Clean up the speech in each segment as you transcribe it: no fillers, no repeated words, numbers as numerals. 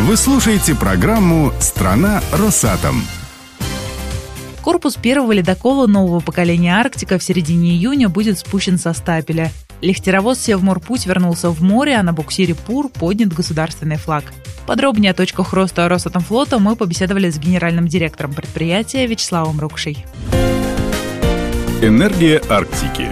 Вы слушаете программу «Страна Росатом». Корпус первого ледокола нового поколения «Арктика» в середине июня будет спущен со стапеля. Лихтеровоз «Севморпуть» вернулся в море, а на буксире «Пур» поднят государственный флаг. Подробнее о точках роста Росатомфлота мы побеседовали с генеральным директором предприятия Вячеславом Рукшей. Энергия Арктики.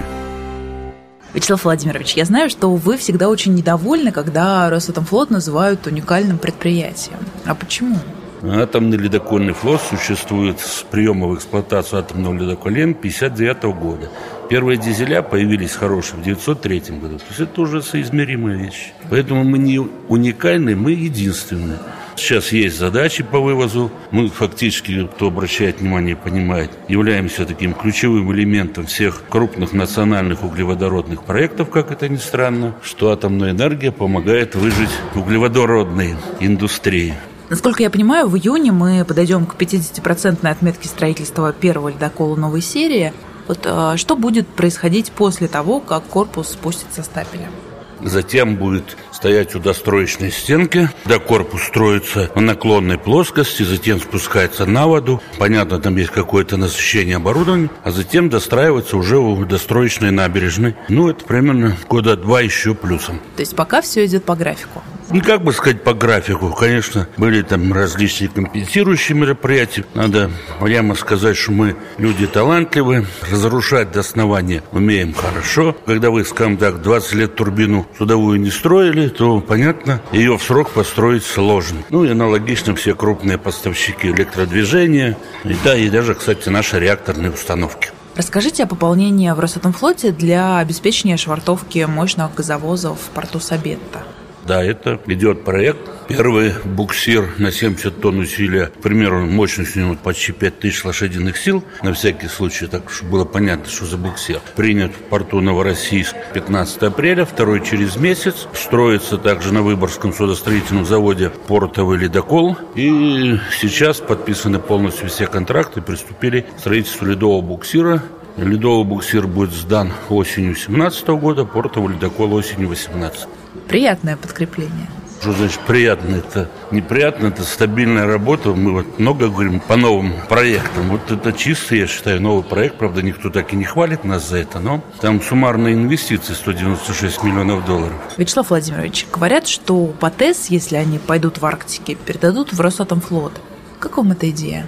Вячеслав Владимирович, я знаю, что вы всегда очень недовольны, когда Росатомфлот называют уникальным предприятием. А почему? Атомный ледокольный флот существует с приема в эксплуатацию атомного ледокола Лен 1959 года. Первые дизеля появились хорошие в 1903 году. То есть это уже соизмеримая вещь. Поэтому мы не уникальны, мы единственные. Сейчас есть задачи по вывозу. Мы фактически, кто обращает внимание, понимает, являемся таким ключевым элементом всех крупных национальных углеводородных проектов, как это ни странно, что атомная энергия помогает выжить углеводородной индустрии. Насколько я понимаю, в июне мы подойдем к 50% отметке строительства первого ледокола новой серии. Что будет происходить после того, как корпус спустится с стапеля? Затем будет стоять у достроечной стенки, когда корпус строится в наклонной плоскости, затем спускается на воду. Понятно, там есть какое-то насыщение оборудования, а затем достраивается уже у достроечной набережной. Это примерно года 2 еще плюсом. То есть пока все идет по графику? Как бы сказать, по графику. Конечно, были там различные компенсирующие мероприятия. Надо прямо сказать, что мы люди талантливые, разрушать до основания умеем хорошо. Когда вы, скажем так, 20 лет турбину судовую не строили, то, понятно, ее в срок построить сложно. И аналогично все крупные поставщики электродвижения, и даже, кстати, наши реакторные установки. Расскажите о пополнении в Росатомфлоте для обеспечения швартовки мощных газовозов в порту Сабетта. Да, это идет проект. Первый буксир на 70 тонн усилия, к примеру, мощностью у него почти 5000 лошадиных сил, на всякий случай, так чтобы было понятно, что за буксир. Принят в порту Новороссийск 15 апреля, второй через месяц. Строится также на Выборгском судостроительном заводе портовый ледокол. И сейчас подписаны полностью все контракты, приступили к строительству ледового буксира. Ледовый буксир будет сдан осенью 2017 года, портовый ледокол осенью 2018. Приятное подкрепление. Что значит приятно? Это неприятно, это стабильная работа. Мы много говорим по новым проектам. Это чисто, я считаю, новый проект. Правда, никто так и не хвалит нас за это, но там суммарные инвестиции 196 миллионов долларов. Вячеслав Владимирович, говорят, что ПАТЭС, если они пойдут в Арктике, передадут в Росатомфлот. Как вам эта идея?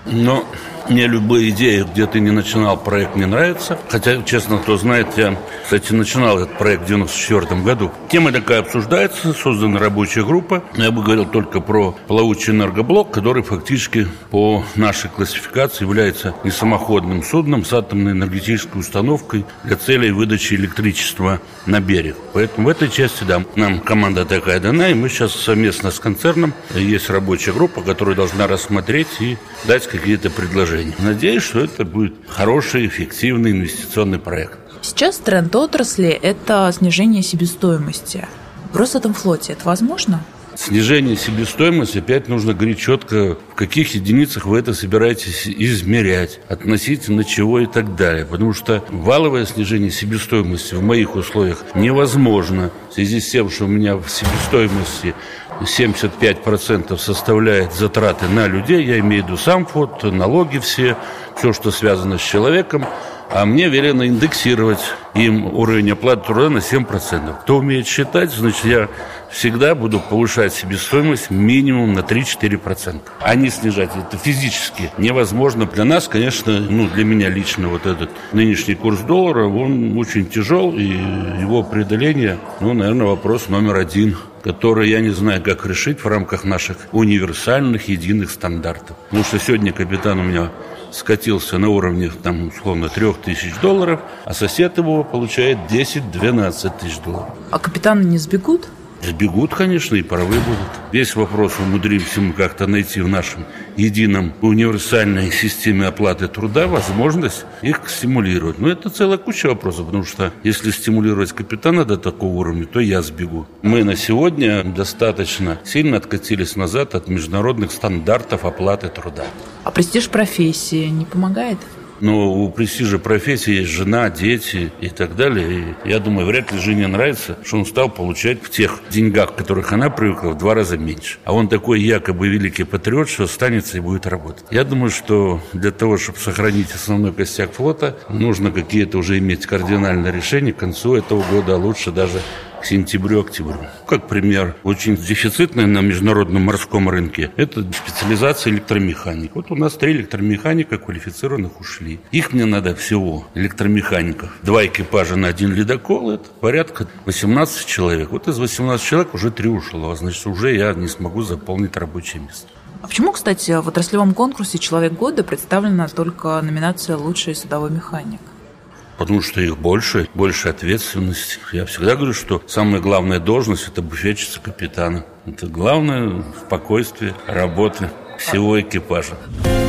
Мне любые идеи, где ты не начинал проект, не нравятся. Хотя, честно, кто знает, я, кстати, начинал этот проект в 1994 году. Тема такая обсуждается, создана рабочая группа. Я бы говорил только про плавучий энергоблок, который фактически по нашей классификации является несамоходным судном с атомной энергетической установкой для целей выдачи электричества на берег. Поэтому в этой части, да, нам команда такая дана, и мы сейчас совместно с концерном, есть рабочая группа, которая должна рассмотреть и дать какие-то предложения. Надеюсь, что это будет хороший, эффективный инвестиционный проект. Сейчас тренд отрасли – это снижение себестоимости. В Росатомфлоте это возможно? Снижение себестоимости, опять нужно говорить четко, в каких единицах вы это собираетесь измерять, относительно чего и так далее. Потому что валовое снижение себестоимости в моих условиях невозможно. В связи с тем, что у меня в себестоимости 75% составляет затраты на людей, я имею в виду сам фонд, налоги все, что связано с человеком, а мне велено индексировать им уровень оплаты труда на 7%. Кто умеет считать, значит, я всегда буду повышать себестоимость минимум на 3-4%, а не снижать. Это физически невозможно. Для нас, конечно, для меня лично этот нынешний курс доллара, он очень тяжел, и его преодоление, наверное, вопрос номер 1, который я не знаю, как решить в рамках наших универсальных единых стандартов. Потому что сегодня капитан у меня скатился на уровне, условно, $3000, а сосед его получает 10-12 тысяч долларов. А капитаны не сбегут? Сбегут, конечно, и правы будут. Весь вопрос умудримся мы как-то найти в нашем едином универсальной системе оплаты труда возможность их стимулировать. Но это целая куча вопросов, потому что если стимулировать капитана до такого уровня, то я сбегу. Мы на сегодня достаточно сильно откатились назад от международных стандартов оплаты труда. А престиж профессии не помогает? Но у престижа профессии есть жена, дети и так далее. И я думаю, вряд ли жене нравится, что он стал получать в тех деньгах, в которых она привыкла, в 2 раза меньше. А он такой якобы великий патриот, что останется и будет работать. Я думаю, что для того, чтобы сохранить основной костяк флота, нужно какие-то уже иметь кардинальные решения к концу этого года, а лучше даже к сентябрю-октябрю. Как пример, очень дефицитная на международном морском рынке – это специализация электромеханик. Вот у нас 3 электромеханика квалифицированных ушли. Их мне надо всего, электромехаников. 2 экипажа на 1 ледокол – это порядка 18 человек. Вот из 18 человек уже 3 ушло, значит, уже я не смогу заполнить рабочее место. А почему, кстати, в отраслевом конкурсе «Человек года» представлена только номинация «Лучший судовой механик»? Потому что их больше ответственности. Я всегда говорю, что самая главная должность – это буфетчица капитана. Это главное спокойствие работы всего экипажа.